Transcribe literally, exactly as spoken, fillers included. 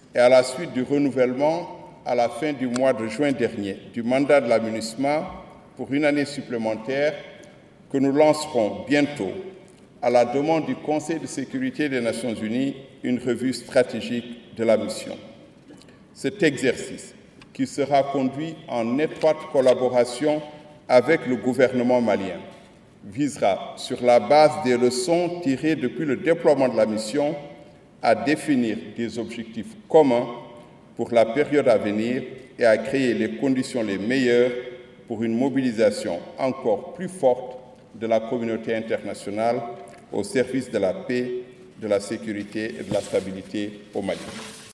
et à la suite du renouvellement à la fin du mois de juin dernier du mandat de la MINUSMA pour une année supplémentaire que nous lancerons bientôt, à la demande du Conseil de sécurité des Nations Unies, une revue stratégique de la mission. Cet exercice, qui sera conduit en étroite collaboration avec le gouvernement malien, visera, sur la base des leçons tirées depuis le déploiement de la mission, à définir des objectifs communs pour la période à venir et à créer les conditions les meilleures pour une mobilisation encore plus forte de la communauté internationale au service de la paix, de la sécurité et de la stabilité au Mali.